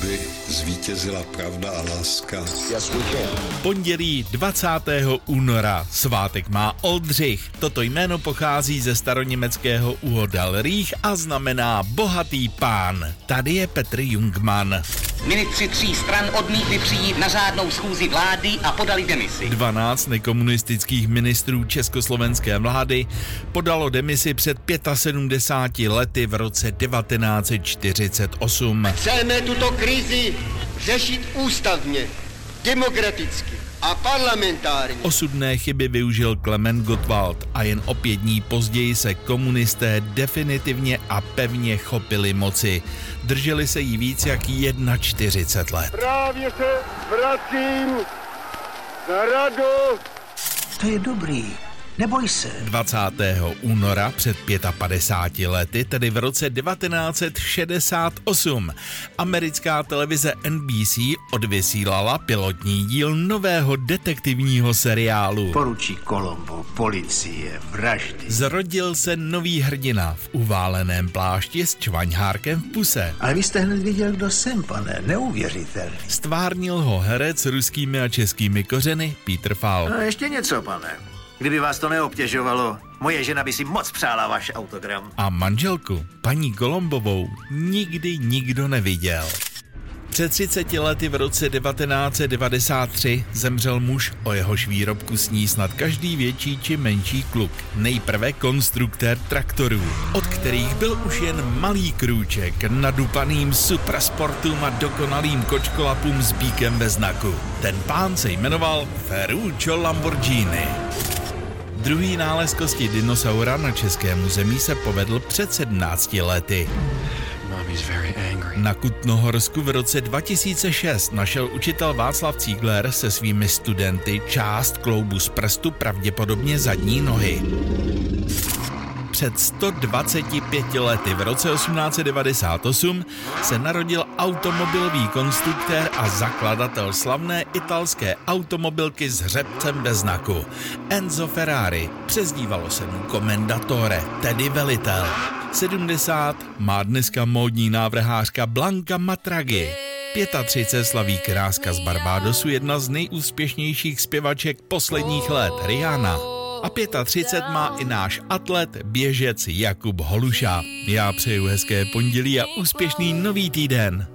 aby zvítězila pravda a láska. Pondělí 20. února. Svátek má Oldřich. Toto jméno pochází ze staroněmeckého Uhodal Rých a znamená bohatý pán. Tady je Petr Jungmann. Ministři 3 stran odmítli přijít na řádnou schůzi vlády a podali demisi. 12 nekomunistických ministrů československé vlády podalo demisi před 75 lety v roce 1948. Chceme tuto krizi řešit ústavně, demokraticky a parlamentárně. Osudné chyby využil Klement Gottwald a jen o 5 dní později se komunisté definitivně a pevně chopili moci. Drželi se jí víc jak 41 let. Právě se vracím za radost. To je dobrý. Neboj se. 20. února před 55 lety, tedy v roce 1968, americká televize NBC odvysílala pilotní díl nového detektivního seriálu. Poručík Columbo, policie, vraždy. Zrodil se nový hrdina v uváleném plášti s čvaňhárkem v puse. Ale vy jste hned věděl, kdo jsem, pane, neuvěřitelný. Stvárnil ho herec s ruskými a českými kořeny Peter Falk. No ještě něco, pane. Kdyby vás to neobtěžovalo, moje žena by si moc přála váš autogram. A manželku, paní Columbovou, nikdy nikdo neviděl. Před 30 lety v roce 1993 zemřel muž, o jehož výrobku sní snad každý větší či menší kluk. Nejprve konstruktér traktorů, od kterých byl už jen malý krůček nadupaným suprasportům a dokonalým kočkolapům s bíkem ve znaku. Ten pán se jmenoval Ferruccio Lamborghini. Druhý nález kosti dinosaura na českém území se povedl před 17 lety. Na Kutnohorsku v roce 2006 našel učitel Václav Cígler se svými studenty část kloubu z prstu, pravděpodobně zadní nohy. Před 125 lety v roce 1898 se narodil automobilový konstruktér a zakladatel slavné italské automobilky s hřebcem ve znaku. Enzo Ferrari, přezdívalo se mu Commendatore, tedy velitel. 70 má dneska módní návrhářka Blanca Matraghi. 35 slaví kráska z Barbadosu, jedna z nejúspěšnějších zpěvaček posledních let, Rihanna. A 35 má i náš atlet, běžec Jakub Holuša. Já přeju hezké pondělí a úspěšný nový týden.